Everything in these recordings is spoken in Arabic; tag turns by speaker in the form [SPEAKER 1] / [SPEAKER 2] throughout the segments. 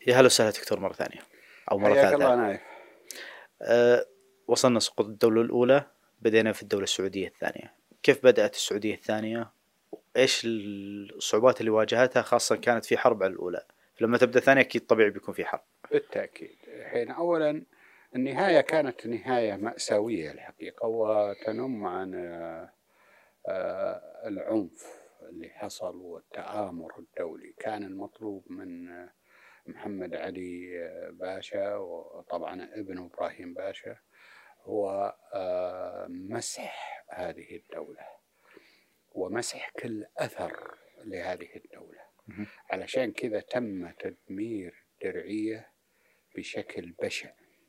[SPEAKER 1] يا هلا وسهلا دكتور مرة ثانية أو مرة
[SPEAKER 2] حياك الله
[SPEAKER 1] ثالثة.
[SPEAKER 2] نايف.
[SPEAKER 1] وصلنا سقوط الدولة الأولى، بدينا في الدولة السعودية الثانية. كيف بدأت السعودية الثانية؟ إيش الصعوبات اللي واجهتها، خاصة كانت في حرب على الأولى، فلما تبدأ ثانية أكيد طبيعي بيكون في حرب.
[SPEAKER 2] بالتأكيد. حين أولا النهاية كانت نهاية مأساوية الحقيقة، وتنم عن العنف اللي حصل والتآمر الدولي. كان المطلوب من محمد علي باشا وطبعا ابنه إبراهيم باشا هو مسح هذه الدولة ومسح كل أثر لهذه الدولة. علشان كذا تم تدمير الدرعية بشكل بشع،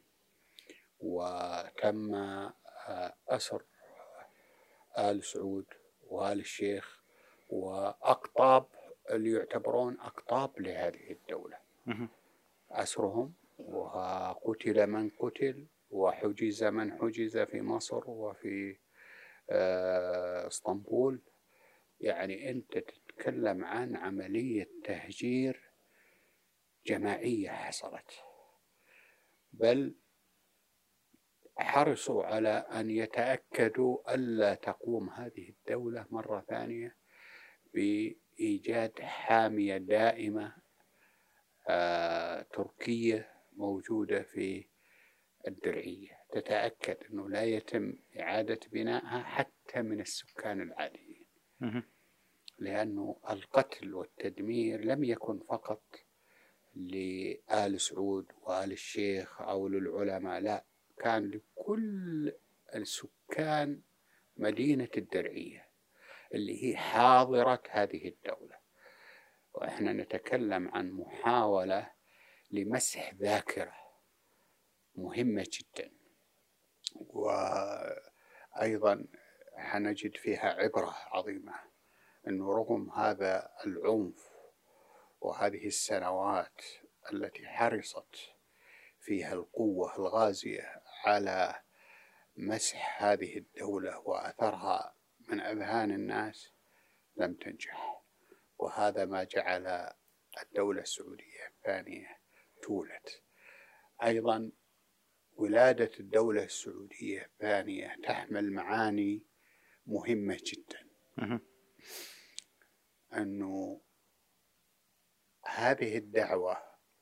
[SPEAKER 2] وتم أسر آل سعود وآل الشيخ وأقطاب اللي يعتبرون أقطاب لهذه الدولة، أسرهم، وقتل من قتل وحجز من حجز في مصر وفي اسطنبول. يعني أنت تتكلم عن عملية تهجير جماعية حصلت، بل حرصوا على أن يتأكدوا ألا تقوم هذه الدولة مرة ثانية بإيجاد حامية دائمة تركية موجودة في الدرعية، تتأكد أنه لا يتم إعادة بنائها حتى من السكان العاديين. لأنه القتل والتدمير لم يكن فقط لآل سعود وآل الشيخ أو للعلماء، لا، كان لكل السكان مدينة الدرعية اللي هي حاضرة هذه الدولة. وإحنا نتكلم عن محاولة لمسح ذاكرة مهمة جدا، وأيضا حنجد فيها عبرة عظيمة أنه رغم هذا العنف وهذه السنوات التي حرصت فيها القوة الغازية على مسح هذه الدولة وأثرها من أذهان الناس، لم تنجح. وهذا ما جعل الدولة السعودية الثانية تولد. أيضا ولادة الدولة السعودية الثانية تحمل معاني مهمة جدا، أنه هذه الدعوة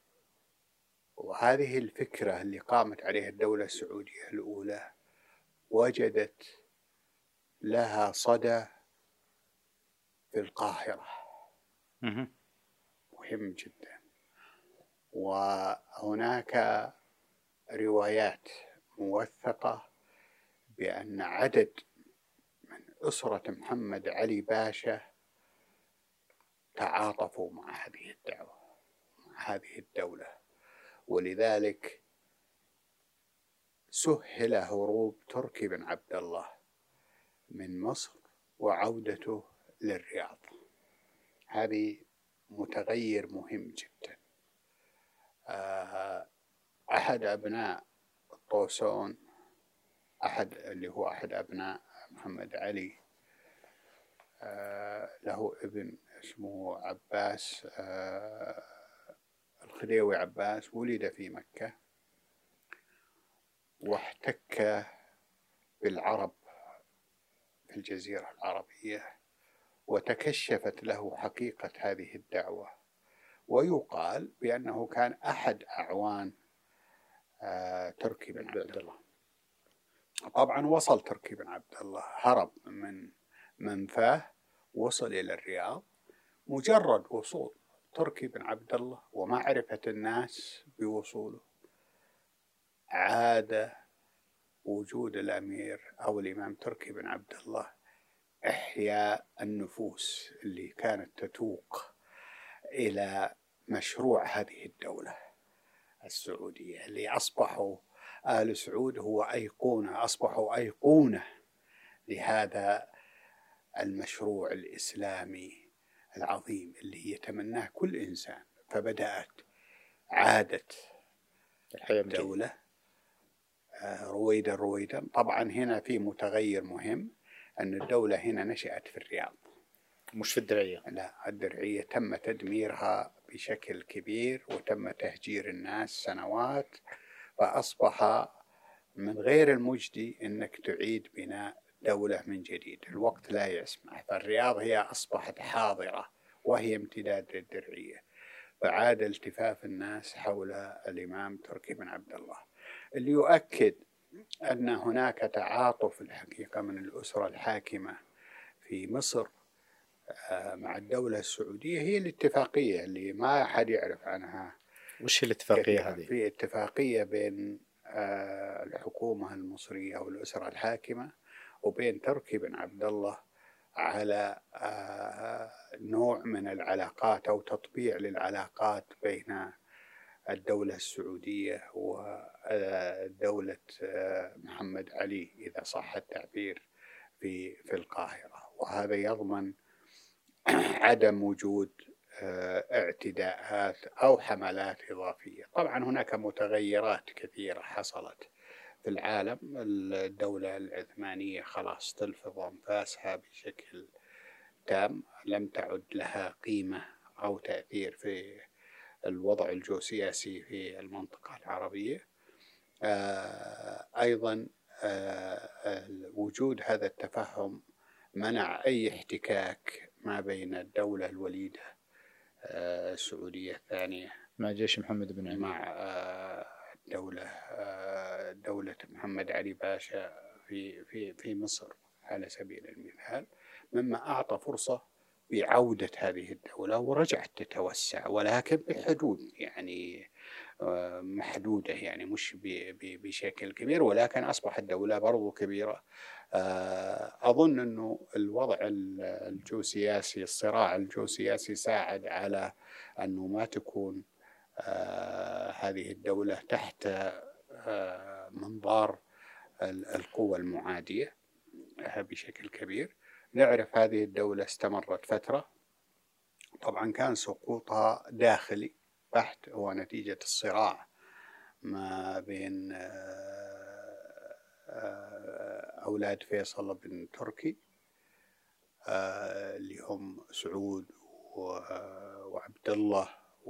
[SPEAKER 2] وهذه الفكرة اللي قامت عليها الدولة السعودية الأولى وجدت لها صدى في القاهرة مهم جدا. وهناك روايات موثقة بأن عدد من أسرة محمد علي باشا تعاطفوا مع هذه الدعوة، مع هذه الدولة، ولذلك سهل هروب تركي بن عبد الله من مصر وعودته للرياض. هذه متغير مهم جدا. أحد أبناء الطوسون، اللي هو أحد أبناء محمد علي، له ابن اسمه عباس الخديوي عباس، ولد في مكة واحتك بالعرب في الجزيرة العربية، وتكشفت له حقيقة هذه الدعوة، ويقال بأنه كان أحد أعوان تركي بن عبد الله. طبعا وصل تركي بن عبد الله، هرب من منفاه، وصل إلى الرياض. مجرد وصول تركي بن عبد الله ومعرفة الناس بوصوله، عاد وجود الأمير أو الإمام تركي بن عبد الله إحياء النفوس اللي كانت تتوق إلى مشروع هذه الدولة السعودية، اللي أصبحوا آل سعود هو أيقونة، أصبحوا أيقونة لهذا المشروع الإسلامي العظيم اللي يتمناه كل إنسان. فبدأت عادة الدولة رويدا. طبعا هنا في متغير مهم، أن الدولة هنا نشأت في الرياض
[SPEAKER 1] مش في الدرعية.
[SPEAKER 2] لا، الدرعية تم تدميرها بشكل كبير وتم تهجير الناس سنوات، فأصبح من غير المجدي أنك تعيد بناء دولة من جديد، الوقت لا يسمح. فالرياض هي أصبحت حاضرة وهي امتداد للدرعية، فعاد التفاف الناس حول الإمام تركي بن عبد الله، اللي يؤكد أن هناك تعاطف الحقيقة من الأسرة الحاكمة في مصر مع الدولة السعودية. هي الاتفاقية اللي ما أحد يعرف عنها.
[SPEAKER 1] وش الاتفاقية هذه؟
[SPEAKER 2] في اتفاقية بين الحكومة المصرية والأسرة الحاكمة وبين تركي بن عبد الله على نوع من العلاقات أو تطبيع للعلاقات بين الدولة السعودية ودولة محمد علي إذا صح التعبير في القاهرة، وهذا يضمن عدم وجود اعتداءات أو حملات إضافية. طبعا هناك متغيرات كثيرة حصلت في العالم، الدولة العثمانية خلاص تلفظ أنفاسها بشكل تام، لم تعد لها قيمة أو تأثير في الوضع الجيوسياسي في المنطقة العربية. أيضا وجود هذا التفهم منع أي احتكاك ما بين الدولة الوليدة السعودية الثانية
[SPEAKER 1] مع جيش محمد بن علي،
[SPEAKER 2] مع دولة محمد علي باشا في مصر على سبيل المثال، مما أعطى فرصة بعودة هذه الدولة ورجعت تتوسع، ولكن بحدود يعني محدودة، يعني مش بشكل كبير، ولكن أصبحت دولة برضو كبيرة. أظن أنه الوضع الجيوسياسي، الصراع الجيوسياسي ساعد على أنه ما تكون هذه الدولة تحت منظار القوى المعادية بشكل كبير. نعرف هذه الدولة استمرت فترة، طبعا كان سقوطها داخلي بحت، هو نتيجة الصراع ما بين أولاد فيصل بن تركي اللي هم سعود وعبد الله،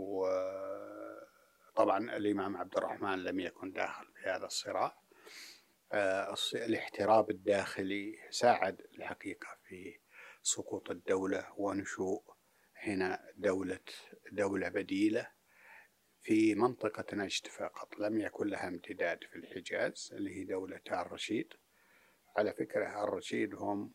[SPEAKER 2] وطبعا الإمام عبد الرحمن لم يكن داخل في هذا الصراع. الاحتراب الداخلي ساعد الحقيقة في سقوط الدولة ونشوء هنا دولة بديلة في منطقة نجد فقط، لم يكن لها امتداد في الحجاز، اللي هي دولة آل رشيد. على فكرة آل رشيد هم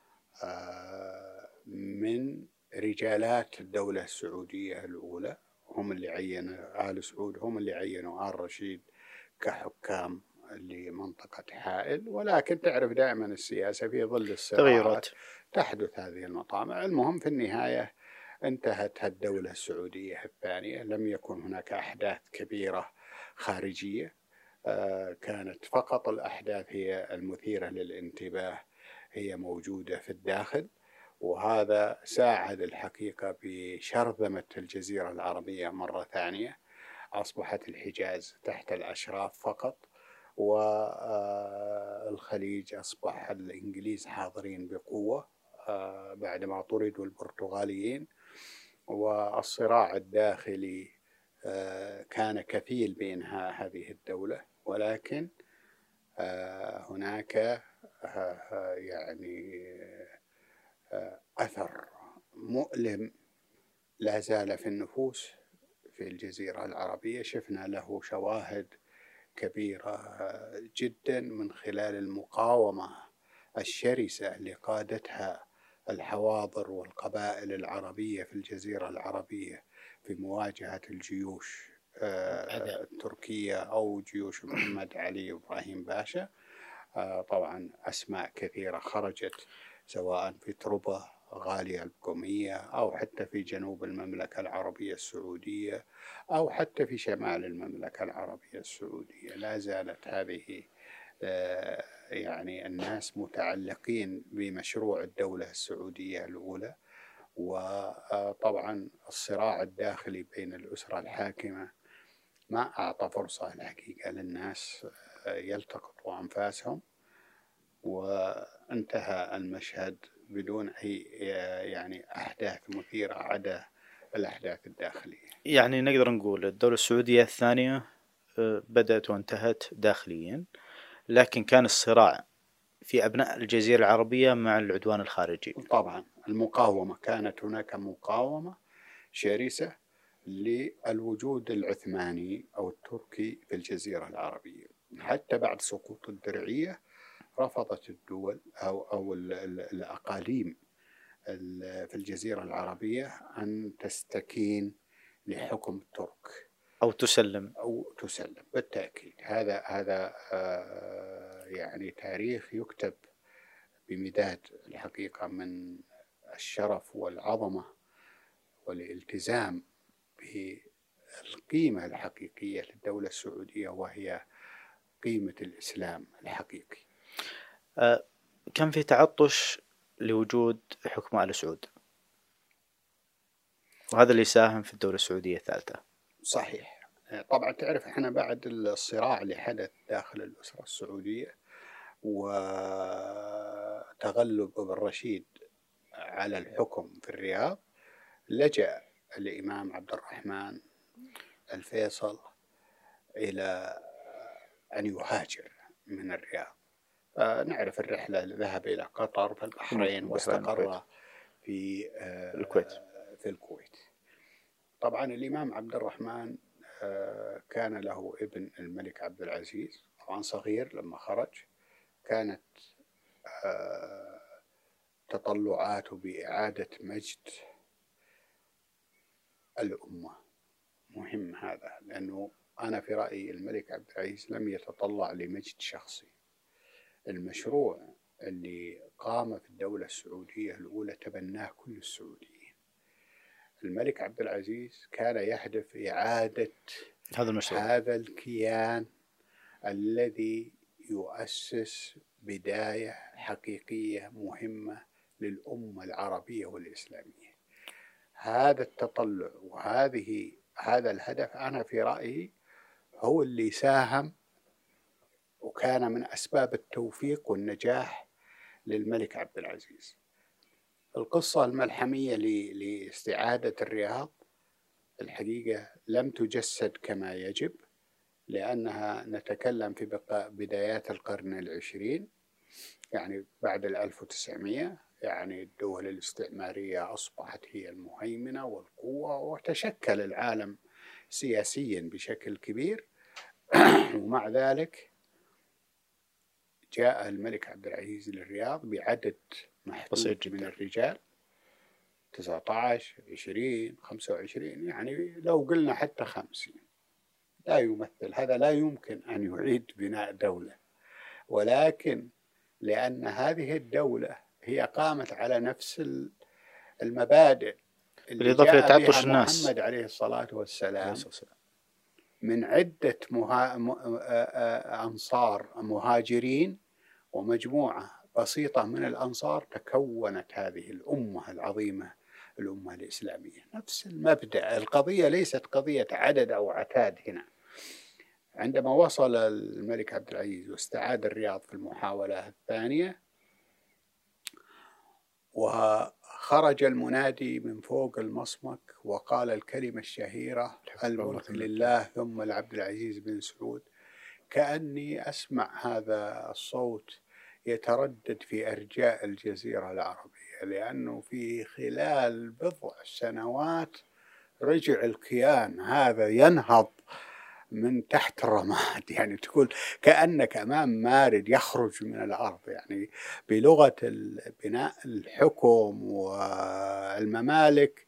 [SPEAKER 2] من رجالات الدولة السعودية الأولى، هم اللي عينوا آل سعود، هم اللي عينوا آل رشيد كحكام لمنطقة حائل. ولكن تعرف دائما السياسة في ظل الصراعات تحدث هذه المطامع. المهم في النهاية انتهت الدولة السعودية الثانية، لم يكن هناك أحداث كبيرة خارجية، كانت فقط الأحداث هي المثيرة للانتباه هي موجودة في الداخل، وهذا ساعد الحقيقة بشرذمة الجزيرة العربية مرة ثانية. أصبحت الحجاز تحت الأشراف فقط، والخليج أصبح الإنجليز حاضرين بقوة بعدما طردوا البرتغاليين، والصراع الداخلي كان كفيل بإنهاء هذه الدولة. ولكن هناك يعني أثر مؤلم لا زال في النفوس في الجزيرة العربية، شفنا له شواهد كبيرة جدا من خلال المقاومة الشرسة اللي قادتها الحواضر والقبائل العربية في الجزيرة العربية في مواجهة الجيوش التركية أو جيوش محمد علي وإبراهيم باشا. طبعا أسماء كثيرة خرجت سواء في تربة غالية القومية أو حتى في جنوب المملكة العربية السعودية أو حتى في شمال المملكة العربية السعودية. لا زالت هذه يعني الناس متعلقين بمشروع الدولة السعودية الأولى. وطبعا الصراع الداخلي بين الأسرة الحاكمة ما أعطى فرصة الحقيقة للناس يلتقطوا أنفاسهم، وانتهى المشهد بدون أي يعني أحداث مثيرة عدا الأحداث الداخلية.
[SPEAKER 1] يعني نقدر نقول الدولة السعودية الثانية بدأت وانتهت داخليا، لكن كان الصراع في أبناء الجزيرة العربية مع العدوان الخارجي.
[SPEAKER 2] طبعا المقاومة، كانت هناك مقاومة شرسة للوجود العثماني أو التركي في الجزيرة العربية. حتى بعد سقوط الدرعية رفضت الدول أو الأقاليم في الجزيرة العربية أن تستكين لحكم الترك
[SPEAKER 1] أو تسلم
[SPEAKER 2] بالتأكيد. هذا يعني تاريخ يكتب بمداد الحقيقة من الشرف والعظمة والالتزام بالقيمة الحقيقية للدولة السعودية، وهي قيمة الإسلام الحقيقي.
[SPEAKER 1] كان في تعطش لوجود حكم آل سعود، وهذا اللي ساهم في الدولة السعودية الثالثة.
[SPEAKER 2] صحيح. طبعا تعرف احنا بعد الصراع اللي حدث داخل الأسرة السعودية وتغلب ابن رشيد على الحكم في الرياض، لجأ الإمام عبد الرحمن الفيصل إلى أن يهاجر من الرياض. نعرف الرحلة، ذهب إلى قطر في البحرين واستقر في الكويت. طبعا الإمام عبد الرحمن كان له ابن الملك عبد العزيز، طبعا صغير لما خرج. كانت تطلعاته بإعادة مجد الأمة. مهم هذا، لأنه أنا في رأيي الملك عبد العزيز لم يتطلع لمجد شخصي. المشروع اللي قام في الدولة السعودية الأولى تبناه كل السعوديين. الملك عبد العزيز كان يهدف إعادة هذا الكيان الذي يؤسس بداية حقيقية مهمة للأمة العربية والإسلامية. هذا التطلع هذا الهدف أنا في رأيي هو اللي ساهم وكان من أسباب التوفيق والنجاح للملك عبد العزيز. القصة الملحمية لاستعادة الرياض الحقيقة لم تجسد كما يجب، لأنها نتكلم في بدايات القرن العشرين، يعني بعد 1900. يعني الدول الاستعمارية أصبحت هي المهيمنة والقوة، وتشكل العالم سياسيا بشكل كبير. ومع ذلك جاء الملك عبد العزيز للرياض بعدد محدود من الرجال، 19 20 25، يعني لو قلنا حتى 50 لا يمثل. هذا لا يمكن أن يعيد بناء دولة، ولكن لأن هذه الدولة هي قامت على نفس المبادئ اللي جاء بها محمد عليه الصلاة والسلام من عدة أنصار مهاجرين ومجموعة بسيطة من الأنصار، تكونت هذه الأمة العظيمة، الأمة الإسلامية. نفس المبدأ. القضية ليست قضية عدد أو عتاد. هنا عندما وصل الملك عبد العزيز واستعاد الرياض في المحاولة الثانية، وخرج المنادي من فوق المصمك وقال الكلمة الشهيرة: الملك لله ثم لعبد العزيز بن سعود، كأني أسمع هذا الصوت يتردد في أرجاء الجزيرة العربية، لأنه في خلال بضع سنوات رجع الكيان هذا ينهض من تحت الرماد. يعني تقول كأنك أمام مارد يخرج من الأرض. يعني بلغة بناء الحكم والممالك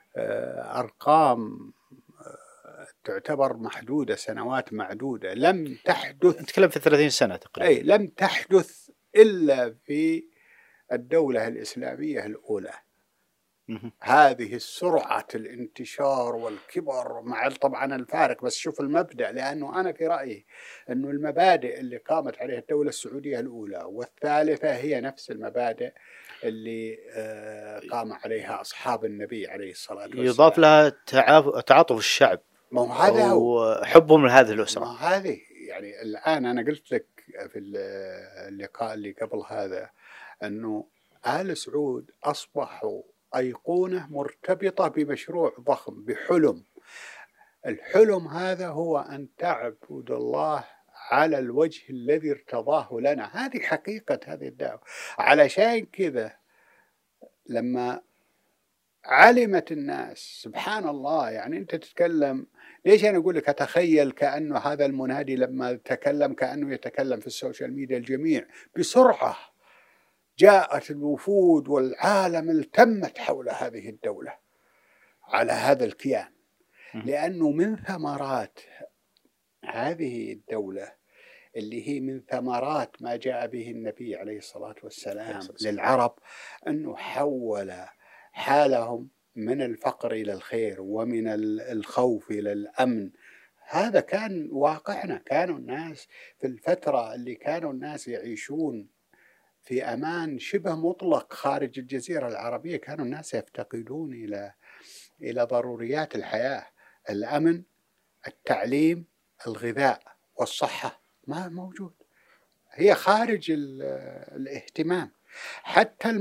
[SPEAKER 2] أرقام تعتبر محدودة، سنوات معدودة لم تحدث.
[SPEAKER 1] نتكلم في 30 سنة تقريبا.
[SPEAKER 2] أي لم تحدث إلا في الدولة الإسلامية الأولى. هذه السرعة الانتشار والكبر مع طبعا الفارق. بس شوف المبدأ، لأنه أنا في رأيي أنه المبادئ اللي قامت عليها الدولة السعودية الأولى والثالثة هي نفس المبادئ اللي قام عليها أصحاب النبي عليه الصلاة والسلام.
[SPEAKER 1] يضاف لها تعاطف الشعب وحبهم لهذه الأسرة.
[SPEAKER 2] هذه يعني الآن أنا قلت لك في اللقاء اللي قبل هذا أنه آل سعود أصبحوا أيقونة مرتبطة بمشروع ضخم، بحلم. الحلم هذا هو أن تعبد الله على الوجه الذي ارتضاه لنا. هذه حقيقة هذه الدعوة. علشان كذا لما علمت الناس، سبحان الله، يعني أنت تتكلم، ليش أنا أقول لك أتخيل كأنه هذا المنادي لما تكلم كأنه يتكلم في السوشيال ميديا، الجميع بسرعة جاءت الوفود والعالم التمت حول هذه الدولة على هذا الكيان، لأنه من ثمرات هذه الدولة اللي هي من ثمرات ما جاء به النبي عليه الصلاة والسلام للعرب، أنه حول حالهم من الفقر إلى الخير ومن الخوف إلى الأمن. هذا كان واقعنا. كانوا الناس في الفترة اللي كانوا الناس يعيشون في أمان شبه مطلق خارج الجزيرة العربية، كانوا الناس يفتقدون إلى ضروريات الحياة: الأمن، التعليم، الغذاء والصحة. ما موجود، هي خارج الاهتمام. حتى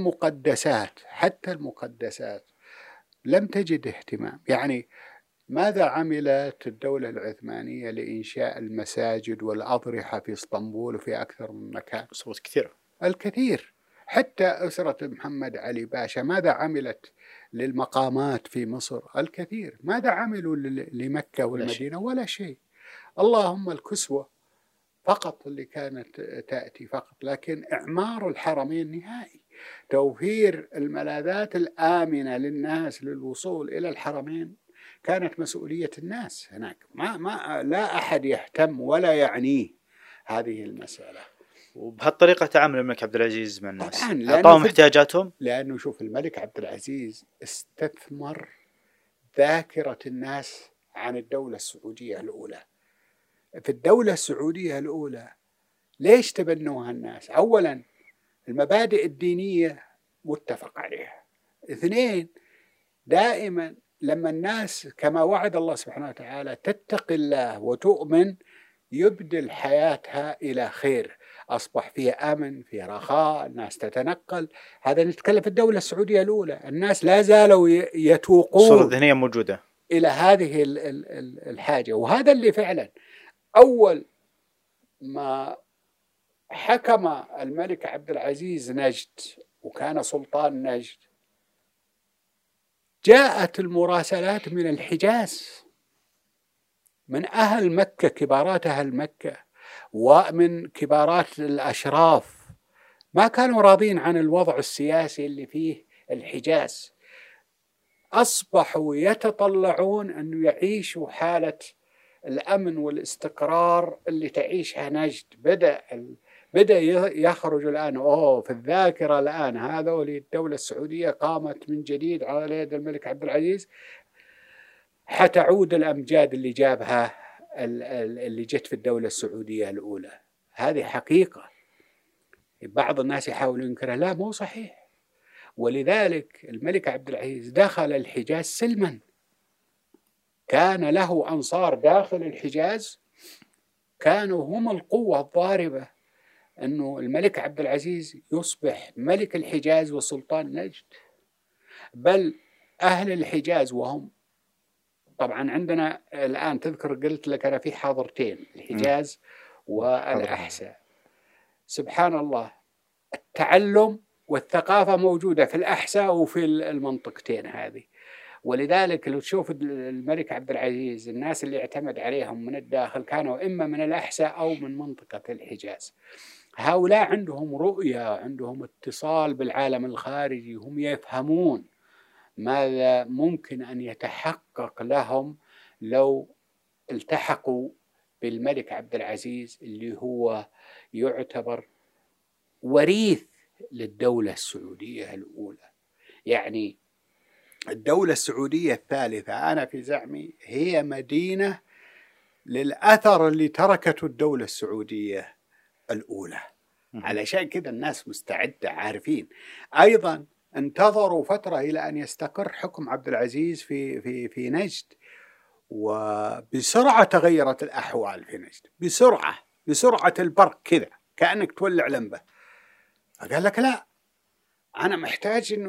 [SPEAKER 2] المقدسات لم تجد اهتمام. يعني ماذا عملت الدولة العثمانية لإنشاء المساجد والأضرحة في اسطنبول وفي أكثر من مكان؟
[SPEAKER 1] صوت كثير،
[SPEAKER 2] الكثير. حتى أسرة محمد علي باشا ماذا عملت للمقامات في مصر؟ الكثير. ماذا عملوا لمكة والمدينة؟ ولا شيء. اللهم الكسوة فقط اللي كانت تأتي فقط، لكن إعمار الحرمين نهائي. توفير الملاذات الآمنة للناس للوصول إلى الحرمين كانت مسؤولية الناس هناك. لا أحد يهتم ولا يعنيه هذه المسألة.
[SPEAKER 1] وبهالطريقة تعامل الملك عبد العزيز مع الناس،
[SPEAKER 2] طبعاً
[SPEAKER 1] أعطاهم احتياجاتهم.
[SPEAKER 2] لأنه شوف، الملك عبد العزيز استثمر ذاكرة الناس عن الدولة السعودية الأولى. في الدولة السعودية الأولى ليش تبنوها الناس؟ أولاً المبادئ الدينية متفق عليها. اثنين، دائماً لما الناس كما وعد الله سبحانه وتعالى تتقي الله وتؤمن، يبدل حياتها إلى خير، أصبح فيها أمن، فيها رخاء، الناس تتنقل. هذا نتكلم في الدولة السعودية الأولى. الناس لا زالوا يتوقون،
[SPEAKER 1] الصورة الذهنية موجودة
[SPEAKER 2] إلى هذه الحاجة. وهذا اللي فعلا أول ما حكم الملك عبد العزيز نجد وكان سلطان نجد، جاءت المراسلات من الحجاز، من أهل مكة، كبارات أهل مكة ومن كبارات الأشراف، ما كانوا راضين عن الوضع السياسي اللي فيه الحجاز. أصبحوا يتطلعون أن يعيشوا حالة الأمن والاستقرار اللي تعيشها نجد. بدأ يخرج الآن في الذاكرة الآن هذول الدولة السعودية قامت من جديد على يد الملك عبد العزيز، حتعود الأمجاد اللي جابها اللي جت في الدولة السعودية الأولى. هذه حقيقة. بعض الناس يحاولون ينكرها، لا مو صحيح. ولذلك الملك عبد العزيز دخل الحجاز سلما، كان له أنصار داخل الحجاز كانوا هم القوة الضاربة أنه الملك عبد العزيز يصبح ملك الحجاز وسلطان نجد. بل أهل الحجاز، وهم طبعا عندنا الآن تذكر قلت لك أنا في حاضرتين، الحجاز والأحساء. سبحان الله، التعلم والثقافة موجودة في الأحساء وفي المنطقتين هذه. ولذلك لو تشوف الملك عبد العزيز الناس اللي اعتمد عليهم من الداخل كانوا إما من الأحساء أو من منطقة الحجاز. هؤلاء عندهم رؤية، عندهم اتصال بالعالم الخارجي، هم يفهمون ماذا ممكن أن يتحقق لهم لو التحقوا بالملك عبد العزيز اللي هو يعتبر وريث للدولة السعودية الأولى. يعني الدولة السعودية الثالثة أنا في زعمي هي مدينة للأثر اللي تركته الدولة السعودية الأولى. علشان كذا الناس مستعدة، عارفين. أيضا انتظروا فترة إلى أن يستقر حكم عبد العزيز في نجد، وبسرعة تغيرت الأحوال في نجد، بسرعة البرق كذا، كأنك تولع لمبة. فقال لك لا، أنا محتاج أنه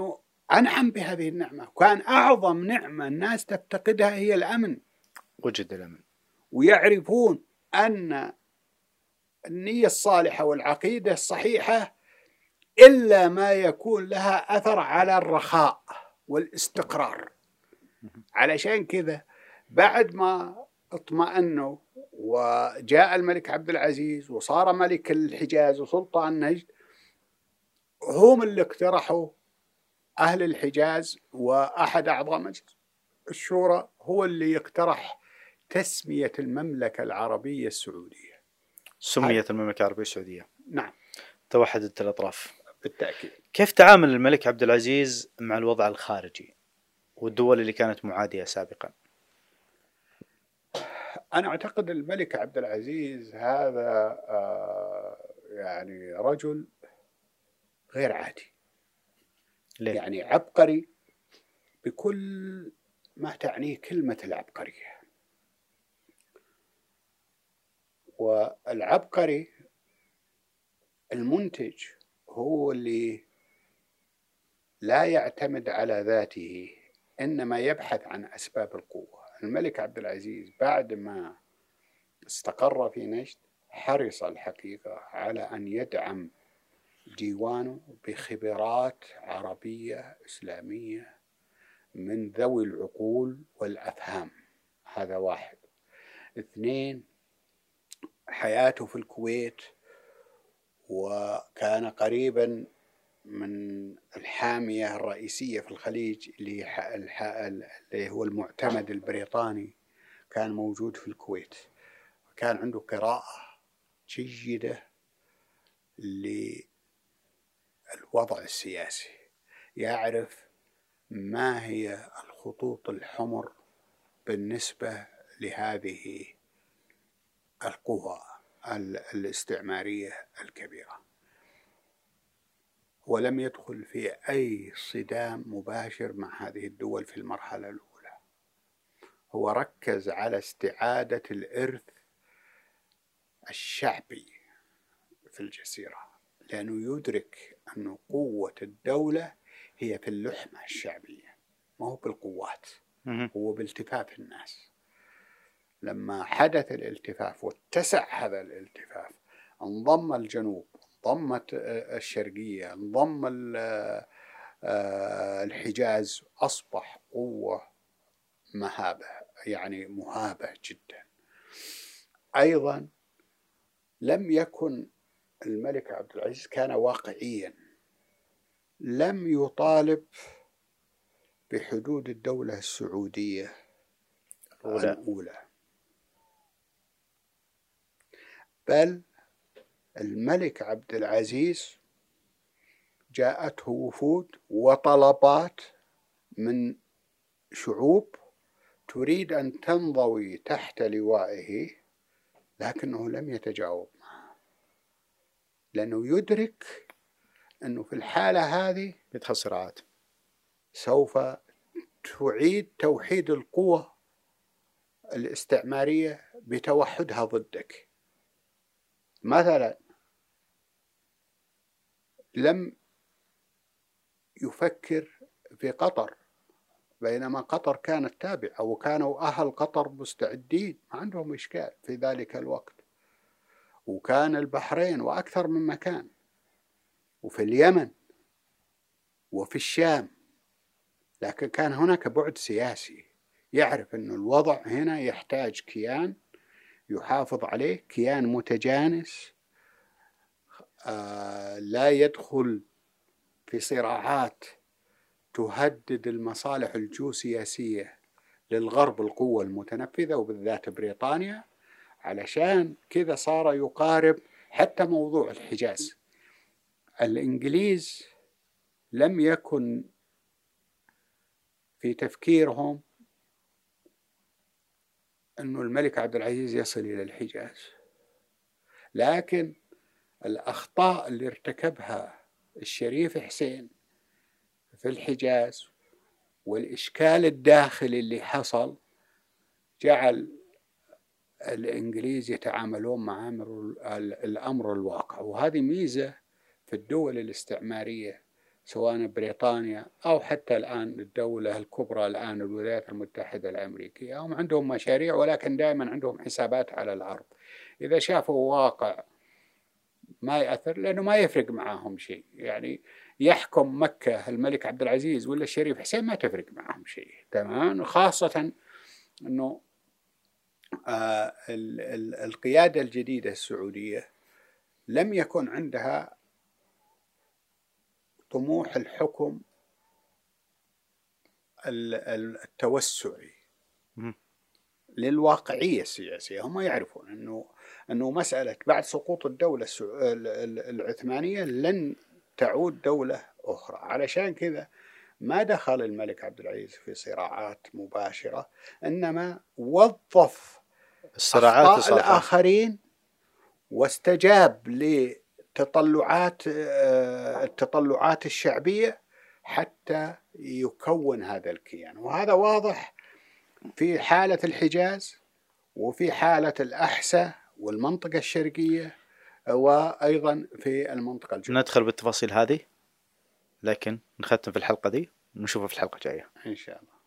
[SPEAKER 2] أنعم بهذه النعمة، وكان أعظم نعمة الناس تفتقدها هي الأمن.
[SPEAKER 1] وجد الأمن.
[SPEAKER 2] ويعرفون أن النية الصالحة والعقيدة الصحيحة إلا ما يكون لها أثر على الرخاء والاستقرار. علشان كذا بعد ما اطمأنوا وجاء الملك عبد العزيز وصار ملك الحجاز وسلطان نجد، هم اللي اقترحوا أهل الحجاز، وأحد أعضاء مجلس الشورى هو اللي يقترح تسمية المملكة العربية السعودية.
[SPEAKER 1] سميت المملكة العربية السعودية.
[SPEAKER 2] نعم،
[SPEAKER 1] توحدت الأطراف.
[SPEAKER 2] بالتأكيد.
[SPEAKER 1] كيف تعامل الملك عبد العزيز مع الوضع الخارجي والدول اللي كانت معادية سابقا؟
[SPEAKER 2] أنا أعتقد الملك عبد العزيز هذا يعني رجل غير عادي.
[SPEAKER 1] ليه؟
[SPEAKER 2] يعني عبقري بكل ما تعنيه كلمة العبقرية. والعبقري المنتج هو اللي لا يعتمد على ذاته، إنما يبحث عن أسباب القوة. الملك عبد العزيز بعد ما استقر في نجد حرص الحقيقة على أن يدعم ديوانه بخبرات عربية إسلامية من ذوي العقول والأفهام. هذا واحد. اثنين، حياته في الكويت، وكان قريبا من الحامية الرئيسية في الخليج اللي هو المعتمد البريطاني، كان موجود في الكويت. كان عنده قراءة جيدة للوضع السياسي، يعرف ما هي الخطوط الحمر بالنسبة لهذه القوى الاستعمارية الكبيرة. ولم يدخل في أي صدام مباشر مع هذه الدول في المرحلة الأولى. هو ركز على استعادة الإرث الشعبي في الجزيرة، لأنه يدرك أن قوة الدولة هي في اللحمة الشعبية، ما هو بالقوات، هو بالتفاف الناس. لما حدث الالتفاف واتسع هذا الالتفاف، انضم الجنوب، انضمت الشرقية، انضم الحجاز، أصبح قوة مهابة، يعني مهابة جدا. أيضا لم يكن الملك عبد العزيز كان واقعيا، لم يطالب بحدود الدولة السعودية الأولى، بل الملك عبد العزيز جاءته وفود وطلبات من شعوب تريد أن تنضوي تحت لوائه، لكنه لم يتجاوب معها، لأنه يدرك أنه في الحالة هذه
[SPEAKER 1] يدخل صراعات،
[SPEAKER 2] سوف تعيد توحيد القوى الاستعمارية بتوحدها ضدك. مثلا لم يفكر في قطر، بينما قطر كانت تابعة، وكانوا أهل قطر مستعدين، ما عندهم إشكال في ذلك الوقت، وكان البحرين وأكثر من مكان، وفي اليمن وفي الشام. لكن كان هناك بعد سياسي، يعرف أن الوضع هنا يحتاج كيان يحافظ عليه، كيان متجانس لا يدخل في صراعات تهدد المصالح الجيوسياسية للغرب، القوة المتنفذة وبالذات بريطانيا. علشان كذا صار يقارب حتى موضوع الحجاز. الإنجليز لم يكن في تفكيرهم أن الملك عبد العزيز يصل إلى الحجاز، لكن الأخطاء اللي ارتكبها الشريف حسين في الحجاز والإشكال الداخلي اللي حصل جعل الإنجليز يتعاملون مع الأمر الواقع. وهذه ميزة في الدول الاستعمارية سواء بريطانيا أو حتى الآن الدولة الكبرى الآن الولايات المتحدة الأمريكية، هم عندهم مشاريع ولكن دائما عندهم حسابات على الأرض. إذا شافوا واقع ما يأثر، لأنه ما يفرق معهم شيء. يعني يحكم مكة الملك عبد العزيز ولا الشريف حسين ما تفرق معهم شيء تمام، خاصة أنه القيادة الجديدة السعودية لم يكن عندها طموح الحكم التوسعي للواقعية السياسية. هم يعرفون أنه مسألة بعد سقوط الدولة العثمانية لن تعود دولة أخرى. علشان كذا ما دخل الملك عبد العزيز في صراعات مباشرة، إنما وظف
[SPEAKER 1] الصراعات
[SPEAKER 2] الآخرين واستجاب التطلعات الشعبية حتى يكون هذا الكيان. وهذا واضح في حالة الحجاز وفي حالة الأحساء والمنطقة الشرقية وأيضا في المنطقة الجنوبية.
[SPEAKER 1] ندخل بالتفاصيل هذه، لكن نختم في الحلقة دي ونشوفها في الحلقة الجاية
[SPEAKER 2] إن شاء الله.